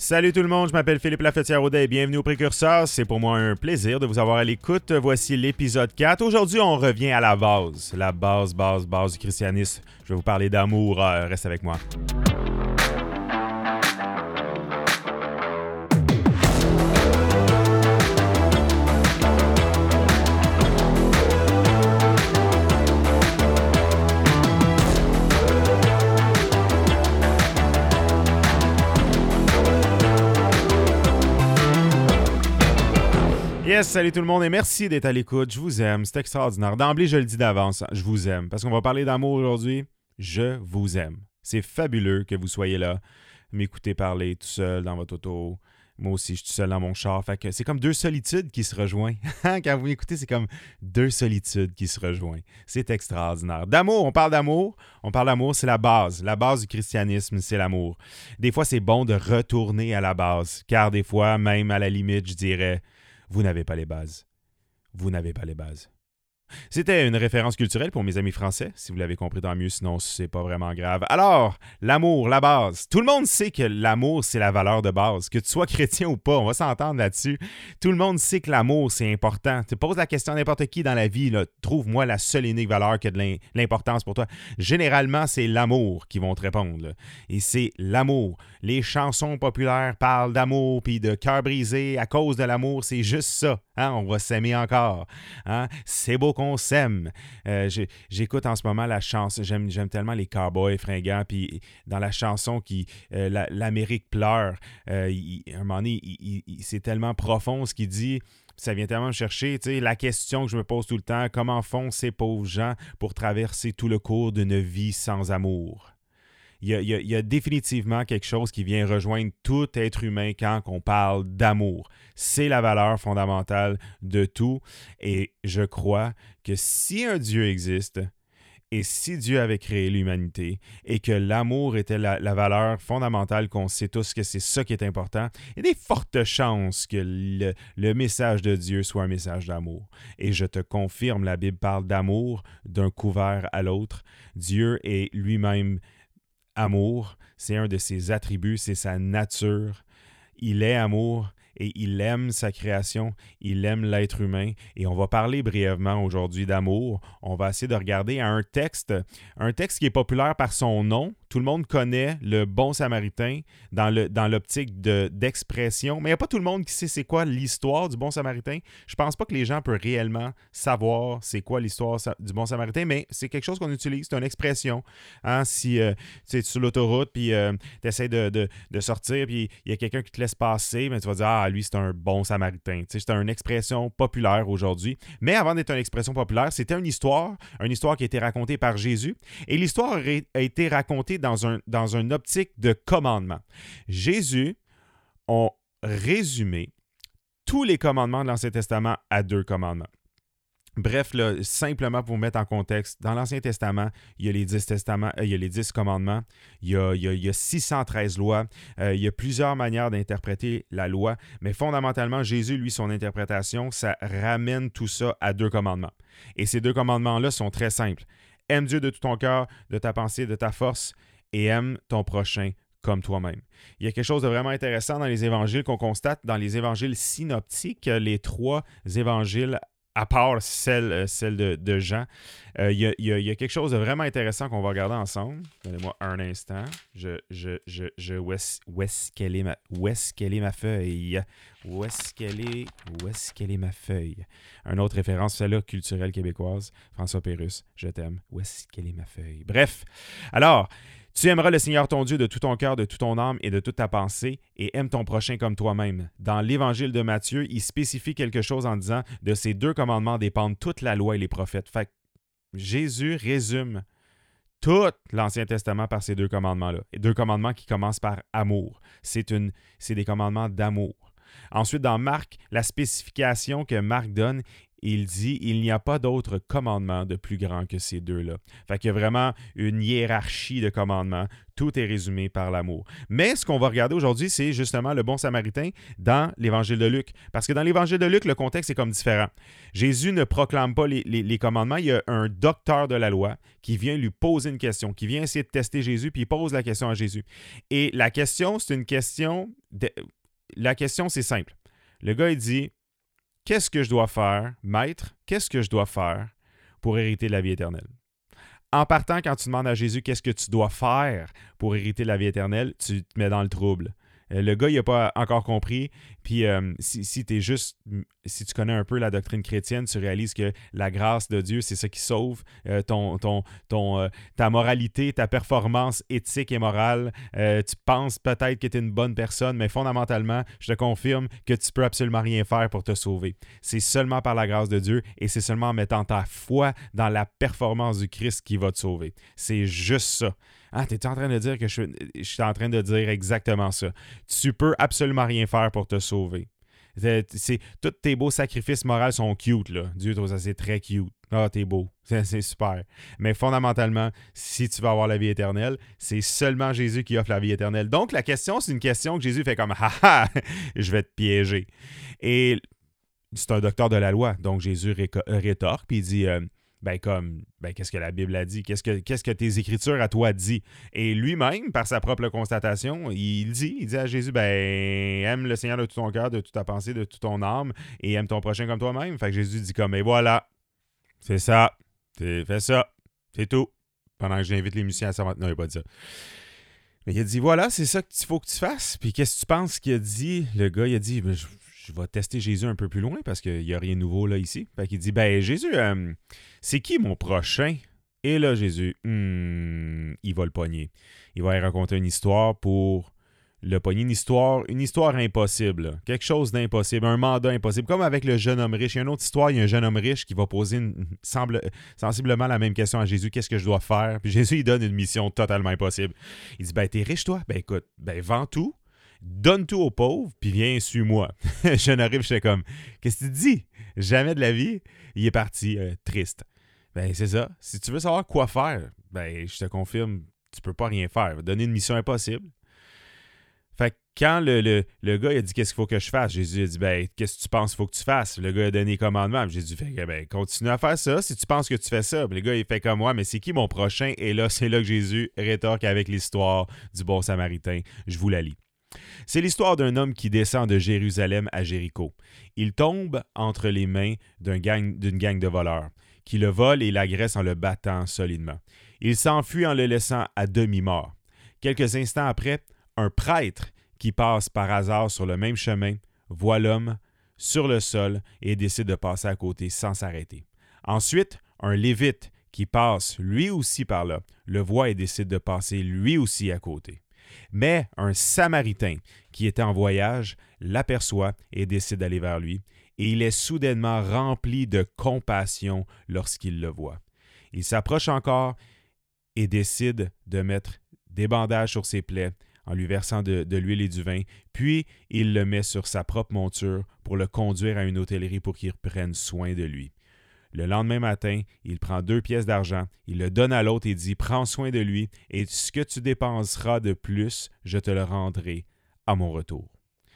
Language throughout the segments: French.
Salut tout le monde, je m'appelle Philippe Lafetière-Audet et bienvenue au Précurseur. C'est pour moi un plaisir de vous avoir à l'écoute. Voici l'épisode 4. Aujourd'hui, on revient à la base du christianisme. Je vais vous parler d'amour. Reste avec moi. Yes, salut tout le monde et merci d'être à l'écoute. Je vous aime, c'est extraordinaire. D'emblée, je le dis d'avance, je vous aime. Parce qu'on va parler d'amour aujourd'hui. Je vous aime. C'est fabuleux que vous soyez là, m'écoutez parler tout seul dans votre auto. Moi aussi, je suis tout seul dans mon char. Fait que c'est comme deux solitudes qui se rejoignent. Quand vous m'écoutez, c'est comme deux solitudes qui se rejoignent. C'est extraordinaire. D'amour, on parle d'amour. On parle d'amour, c'est la base. La base du christianisme, c'est l'amour. Des fois, c'est bon de retourner à la base. Car des fois, même à la limite, je dirais... Vous n'avez pas les bases. Vous n'avez pas les bases. C'était une référence culturelle pour mes amis français. Si vous l'avez compris, tant mieux, sinon c'est pas vraiment grave. Alors, l'amour, la base. Tout le monde sait que l'amour, c'est la valeur de base. Que tu sois chrétien ou pas, on va s'entendre là-dessus. Tout le monde sait que l'amour, c'est important. Tu poses la question à n'importe qui dans la vie, là, trouve-moi la seule et unique valeur qui a de l'importance pour toi. Généralement, c'est l'amour qui vont te répondre. Là. Et c'est l'amour. Les chansons populaires parlent d'amour puis de cœur brisé à cause de l'amour. C'est juste ça. Hein? On va s'aimer encore. Hein? C'est beau qu'on s'aime. J'écoute en ce moment la chanson. J'aime tellement les cowboys fringants. Puis dans la chanson l'Amérique pleure, à un moment donné, c'est tellement profond ce qu'il dit. Ça vient tellement me chercher, tu sais, la question que je me pose tout le temps, comment font ces pauvres gens pour traverser tout le cours d'une vie sans amour? Il y a définitivement quelque chose qui vient rejoindre tout être humain quand on parle d'amour. C'est la valeur fondamentale de tout. Et je crois que si un Dieu existe, et si Dieu avait créé l'humanité, et que l'amour était la valeur fondamentale qu'on sait tous que c'est ça qui est important, il y a des fortes chances que le message de Dieu soit un message d'amour. Et je te confirme, la Bible parle d'amour d'un couvert à l'autre. Dieu est lui-même amour, c'est un de ses attributs, c'est sa nature. Il est amour et il aime sa création, il aime l'être humain. Et on va parler brièvement aujourd'hui d'amour. On va essayer de regarder un texte qui est populaire par son nom. Tout le monde connaît le bon samaritain dans l'optique d'expression, mais il n'y a pas tout le monde qui sait c'est quoi l'histoire du bon samaritain. Je pense pas que les gens peuvent réellement savoir c'est quoi l'histoire du bon samaritain, mais c'est quelque chose qu'on utilise, c'est une expression. Hein? Si tu es sur l'autoroute, puis tu essaies de sortir, puis il y a quelqu'un qui te laisse passer, mais tu vas dire « Ah, lui, c'est un bon samaritain ». C'est une expression populaire aujourd'hui. Mais avant d'être une expression populaire, c'était une histoire qui a été racontée par Jésus. Et l'histoire a été racontée dans une optique de commandement. Jésus a résumé tous les commandements de l'Ancien Testament à 2 commandements. Bref, là, simplement pour vous mettre en contexte, dans l'Ancien Testament, il y a les 10 commandements, il y a 613 lois, il y a plusieurs manières d'interpréter la loi, mais fondamentalement, Jésus, lui, son interprétation, ça ramène tout ça à 2 commandements. Et ces 2 commandements-là sont très simples. Aime Dieu de tout ton cœur, de ta pensée, de ta force, et aime ton prochain comme toi-même. Il y a quelque chose de vraiment intéressant dans les évangiles qu'on constate dans les évangiles synoptiques, les 3 évangiles à part celle de Jean. Il y a quelque chose de vraiment intéressant qu'on va regarder ensemble. Donnez-moi un instant. Où est-ce qu'elle est ma feuille? Où est-ce qu'elle est ma feuille? Une autre référence, celle-là, culturelle québécoise. François Pérusse, je t'aime. Où est-ce qu'elle est ma feuille? Bref, alors... Tu aimeras le Seigneur ton Dieu de tout ton cœur, de toute ton âme et de toute ta pensée, et aime ton prochain comme toi-même. Dans l'Évangile de Matthieu, il spécifie quelque chose en disant « De ces 2 commandements dépendent toute la loi et les prophètes ». Fait que Jésus résume tout l'Ancien Testament par ces 2 commandements-là. Et 2 commandements qui commencent par amour. C'est des commandements d'amour. Ensuite, dans Marc, la spécification que Marc donne, il dit « Il n'y a pas d'autre commandement de plus grand que ces deux-là. » Fait qu'il y a vraiment une hiérarchie de commandements. Tout est résumé par l'amour. Mais ce qu'on va regarder aujourd'hui, c'est justement le bon samaritain dans l'Évangile de Luc. Parce que dans l'Évangile de Luc, le contexte est comme différent. Jésus ne proclame pas les commandements. Il y a un docteur de la loi qui vient lui poser une question, qui vient essayer de tester Jésus, puis il pose la question à Jésus. Et la question, c'est une question... La question, c'est simple. Le gars, il dit... Qu'est-ce que je dois faire, maître? Qu'est-ce que je dois faire pour hériter la vie éternelle? En partant, quand tu demandes à Jésus qu'est-ce que tu dois faire pour hériter la vie éternelle, tu te mets dans le trouble. Le gars, il n'a pas encore compris. Puis si tu connais un peu la doctrine chrétienne, tu réalises que la grâce de Dieu, c'est ça qui sauve ta moralité, ta performance éthique et morale. Tu penses peut-être que tu es une bonne personne, mais fondamentalement, je te confirme que tu peux absolument rien faire pour te sauver. C'est seulement par la grâce de Dieu et c'est seulement en mettant ta foi dans la performance du Christ qui va te sauver. C'est juste ça. Ah, t'es en train de dire que je suis en train de dire exactement ça. Tu peux absolument rien faire pour te sauver. Tous tes beaux sacrifices moraux sont cute, là. Dieu trouve ça, c'est très cute. Ah, t'es beau. C'est super. Mais fondamentalement, si tu veux avoir la vie éternelle, c'est seulement Jésus qui offre la vie éternelle. Donc, la question, c'est une question que Jésus fait comme « Ha ha, je vais te piéger. » Et c'est un docteur de la loi. Donc, Jésus rétorque, puis il dit qu'est-ce que la Bible a dit? Qu'est-ce que tes Écritures à toi dit? Et lui-même, par sa propre constatation, il dit à Jésus, aime le Seigneur de tout ton cœur, de toute ta pensée, de toute ton âme, et aime ton prochain comme toi-même. Fait que Jésus dit et voilà, c'est ça, fais ça, c'est tout. Pendant que j'invite les musiciens à s'en... Non, il n'a pas dit ça. Mais il a dit, voilà, c'est ça qu'il faut que tu fasses. Puis qu'est-ce que tu penses qu'il a dit? Le gars, il a dit, je vais tester Jésus un peu plus loin parce qu'il n'y a rien de nouveau là ici. Fait qu'il dit, Jésus, c'est qui mon prochain? Et là, Jésus, il va le pogner. Il va lui raconter une histoire pour le pogner. Une histoire impossible. Là. Quelque chose d'impossible, un mandat impossible. Comme avec le jeune homme riche. Il y a une autre histoire, il y a un jeune homme riche qui va poser sensiblement la même question à Jésus. Qu'est-ce que je dois faire? Puis Jésus, il donne une mission totalement impossible. Il dit, t'es riche toi? Écoute, vends tout. Donne tout aux pauvres, puis viens, suis-moi. Je n'arrive, j'étais comme, qu'est-ce que tu dis? Jamais de la vie. Il est parti, triste. C'est ça. Si tu veux savoir quoi faire, je te confirme, tu peux pas rien faire. Donner une mission impossible. Fait que quand le gars il a dit qu'est-ce qu'il faut que je fasse, Jésus a dit qu'est-ce que tu penses qu'il faut que tu fasses? Le gars a donné commandement. Puis Jésus fait continue à faire ça si tu penses que tu fais ça. Puis le gars il fait comme moi, mais c'est qui mon prochain? Et là, c'est là que Jésus rétorque avec l'histoire du bon samaritain. Je vous la lis. C'est l'histoire d'un homme qui descend de Jérusalem à Jéricho. Il tombe entre les mains d'une gang de voleurs, qui le volent et l'agressent en le battant solidement. Il s'enfuit en le laissant à demi-mort. Quelques instants après, un prêtre qui passe par hasard sur le même chemin voit l'homme sur le sol et décide de passer à côté sans s'arrêter. Ensuite, un lévite qui passe lui aussi par là le voit et décide de passer lui aussi à côté. Mais un Samaritain qui était en voyage l'aperçoit et décide d'aller vers lui, et il est soudainement rempli de compassion lorsqu'il le voit. Il s'approche encore et décide de mettre des bandages sur ses plaies en lui versant de l'huile et du vin, puis il le met sur sa propre monture pour le conduire à une hôtellerie pour qu'il prenne soin de lui. Le lendemain matin, il prend 2 pièces d'argent, il le donne à l'autre et dit « Prends soin de lui, et ce que tu dépenseras de plus, je te le rendrai à mon retour. »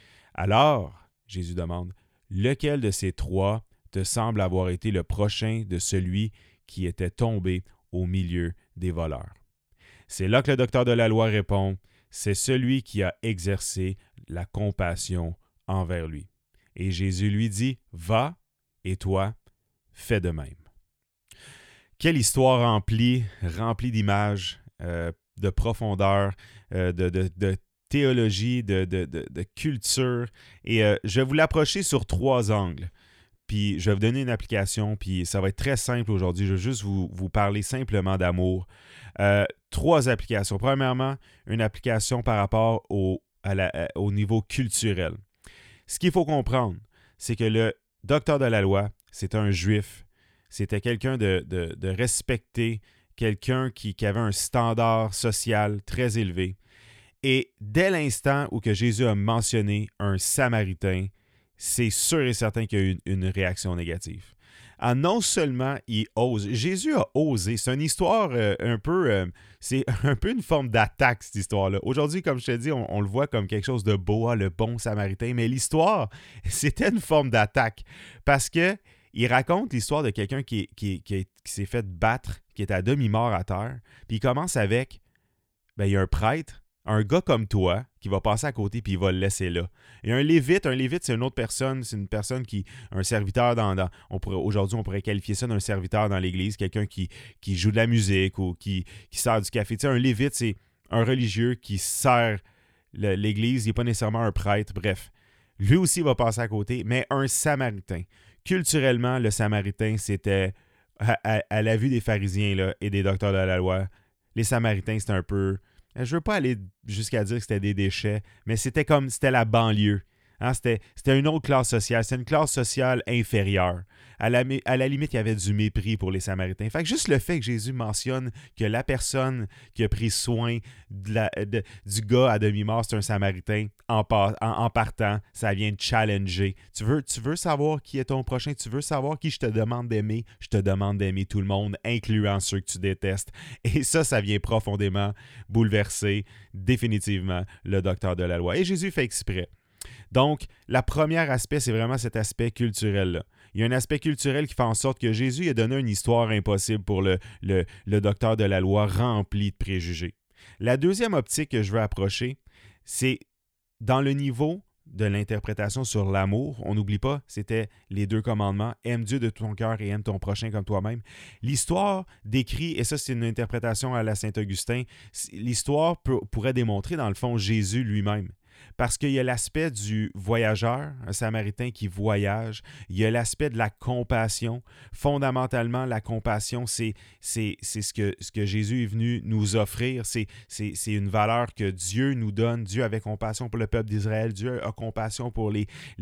Alors, Jésus demande, « Lequel de ces 3 te semble avoir été le prochain de celui qui était tombé au milieu des voleurs? » C'est là que le docteur de la loi répond, « C'est celui qui a exercé la compassion envers lui. » Et Jésus lui dit, « Va, et toi, fais de même. » Quelle histoire remplie d'images, de profondeur, de théologie, de culture. Et je vais vous l'approcher sur 3 angles. Puis je vais vous donner une application, puis ça va être très simple aujourd'hui. Je vais juste vous parler simplement d'amour. 3 applications. Premièrement, une application par rapport au niveau culturel. Ce qu'il faut comprendre, c'est que le docteur de la loi, c'est un juif. C'était quelqu'un de respecté, quelqu'un qui avait un standard social très élevé. Et dès l'instant où que Jésus a mentionné un Samaritain, c'est sûr et certain qu'il y a eu une réaction négative. non seulement il ose, Jésus a osé. C'est une histoire c'est un peu une forme d'attaque, cette histoire-là. Aujourd'hui, comme je te dis, on le voit comme quelque chose de beau, le bon samaritain, mais l'histoire, c'était une forme d'attaque. Parce que il raconte l'histoire de quelqu'un qui s'est fait battre, qui est à demi-mort à terre, puis il commence avec, il y a un prêtre, un gars comme toi, qui va passer à côté puis il va le laisser là. Et un lévite, c'est une autre personne, c'est une personne un serviteur aujourd'hui, on pourrait qualifier ça d'un serviteur dans l'église, quelqu'un qui joue de la musique ou qui sert du café. Tu sais, un lévite, c'est un religieux qui sert l'église, il n'est pas nécessairement un prêtre, bref. Lui aussi va passer à côté, mais un samaritain. Culturellement, le samaritain, c'était, à la vue des pharisiens là, et des docteurs de la loi, les samaritains, c'était un peu... Je ne veux pas aller jusqu'à dire que c'était des déchets, mais c'était la banlieue. Hein? C'était une autre classe sociale. C'était une classe sociale inférieure. À la limite, il y avait du mépris pour les Samaritains. Fait que juste le fait que Jésus mentionne que la personne qui a pris soin du gars à demi-mort, c'est un Samaritain, en partant, ça vient de challenger. Tu veux savoir qui est ton prochain? Tu veux savoir qui je te demande d'aimer? Je te demande d'aimer tout le monde, incluant ceux que tu détestes. Et ça vient profondément bouleverser définitivement le docteur de la loi. Et Jésus fait exprès. Donc, le premier aspect, c'est vraiment cet aspect culturel-là. Il y a un aspect culturel qui fait en sorte que Jésus a donné une histoire impossible pour le docteur de la loi rempli de préjugés. La deuxième optique que je veux approcher, c'est dans le niveau de l'interprétation sur l'amour. On n'oublie pas, c'était les 2 commandements. Aime Dieu de tout ton cœur et aime ton prochain comme toi-même. L'histoire décrit, et ça c'est une interprétation à la Saint-Augustin, l'histoire pourrait démontrer dans le fond Jésus lui-même. Parce qu'il y a l'aspect du voyageur, un samaritain qui voyage. Il y a l'aspect de la compassion. Fondamentalement, la compassion, c'est ce que Jésus est venu nous offrir. C'est une valeur que Dieu nous donne. Dieu avait compassion pour le peuple d'Israël. Dieu a compassion pour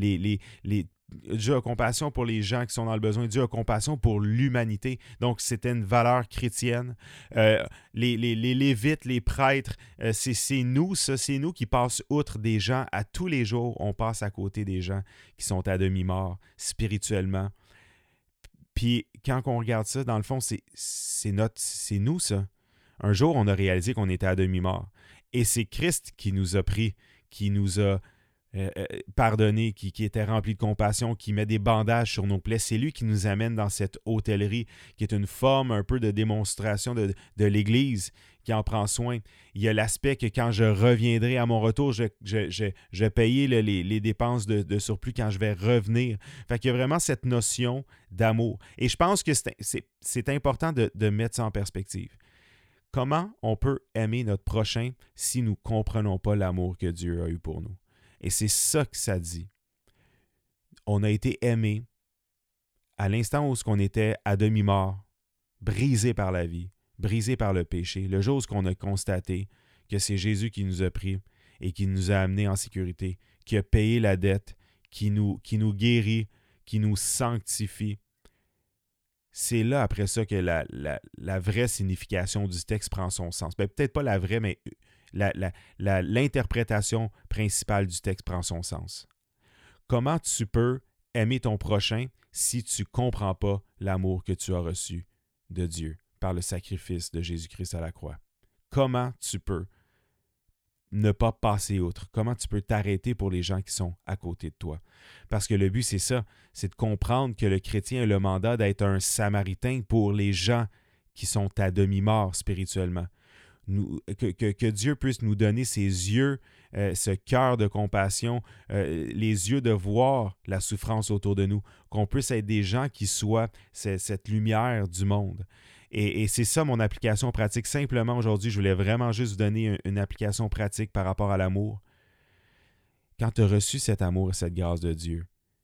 Dieu a compassion pour les gens qui sont dans le besoin. Dieu a compassion pour l'humanité. Donc, c'était une valeur chrétienne. Les Lévites, les prêtres, c'est nous, ça. C'est nous qui passons outre des gens. À tous les jours, on passe à côté des gens qui sont à demi-mort spirituellement. Puis, quand on regarde ça, dans le fond, c'est nous, ça. Un jour, on a réalisé qu'on était à demi-mort. Et c'est Christ qui nous a pris, qui nous a pardonné, qui était rempli de compassion, qui met des bandages sur nos plaies. C'est lui qui nous amène dans cette hôtellerie, qui est une forme un peu de démonstration de l'Église, qui en prend soin. Il y a l'aspect que quand je reviendrai à mon retour, je vais payer les dépenses de surplus quand je vais revenir. Fait qu'il y a vraiment cette notion d'amour. Et je pense que c'est important de mettre ça en perspective. Comment on peut aimer notre prochain si nous ne comprenons pas l'amour que Dieu a eu pour nous? Et c'est ça que ça dit. On a été aimé à l'instant où on était à demi-mort, brisé par la vie, brisé par le péché, le jour où on a constaté que c'est Jésus qui nous a pris et qui nous a amenés en sécurité, qui a payé la dette, qui nous guérit, qui nous sanctifie. C'est là, après ça, que la vraie signification du texte prend son sens. Peut-être pas la vraie, mais l'interprétation principale du texte prend son sens. Comment tu peux aimer ton prochain si tu ne comprends pas l'amour que tu as reçu de Dieu par le sacrifice de Jésus-Christ à la croix? Comment tu peux ne pas passer outre? Comment tu peux t'arrêter pour les gens qui sont à côté de toi? Parce que le but, c'est ça, c'est de comprendre que le chrétien a le mandat d'être un samaritain pour les gens qui sont à demi-mort spirituellement. Que Dieu puisse nous donner ses yeux, ce cœur de compassion, les yeux de voir la souffrance autour de nous, qu'on puisse être des gens qui soient cette lumière du monde. Et c'est ça mon application pratique. Simplement aujourd'hui, je voulais vraiment juste vous donner une application pratique par rapport à l'amour. Quand tu as reçu cet amour et cette grâce de Dieu,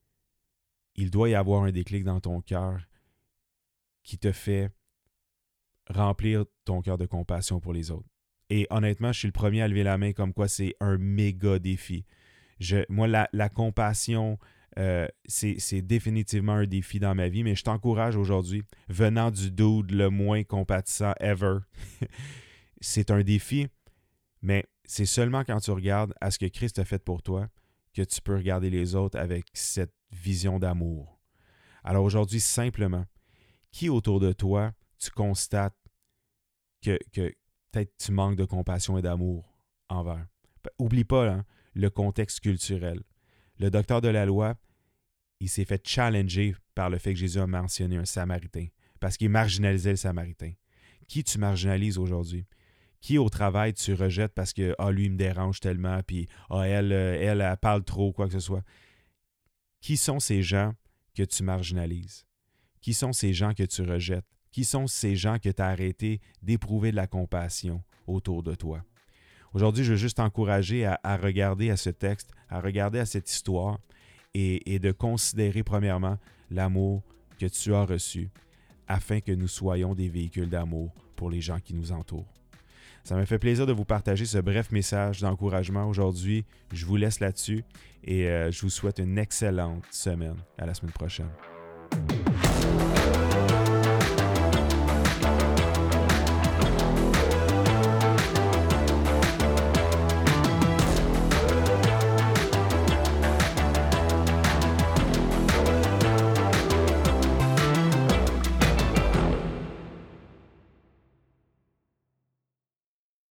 il doit y avoir un déclic dans ton cœur qui te fait remplir ton cœur de compassion pour les autres. Et honnêtement, je suis le premier à lever la main comme quoi c'est un méga défi. Moi, la compassion, c'est définitivement un défi dans ma vie, mais je t'encourage aujourd'hui, venant du dude le moins compatissant ever, c'est un défi, mais c'est seulement quand tu regardes à ce que Christ a fait pour toi que tu peux regarder les autres avec cette vision d'amour. Alors aujourd'hui, simplement, qui autour de toi, tu constates que peut-être tu manques de compassion et d'amour envers? Oublie pas hein, le contexte culturel. Le docteur de la loi, il s'est fait challenger par le fait que Jésus a mentionné un Samaritain, parce qu'il marginalisait le Samaritain. Qui tu marginalises aujourd'hui? Qui au travail tu rejettes parce que lui, il me dérange tellement, puis elle parle trop, quoi que ce soit? Qui sont ces gens que tu marginalises? Qui sont ces gens que tu rejettes? Qui sont ces gens que tu as arrêté d'éprouver de la compassion autour de toi? Aujourd'hui, je veux juste t'encourager à regarder à ce texte, à regarder à cette histoire et de considérer premièrement l'amour que tu as reçu afin que nous soyons des véhicules d'amour pour les gens qui nous entourent. Ça m'a fait plaisir de vous partager ce bref message d'encouragement aujourd'hui. Je vous laisse là-dessus et je vous souhaite une excellente semaine. À la semaine prochaine.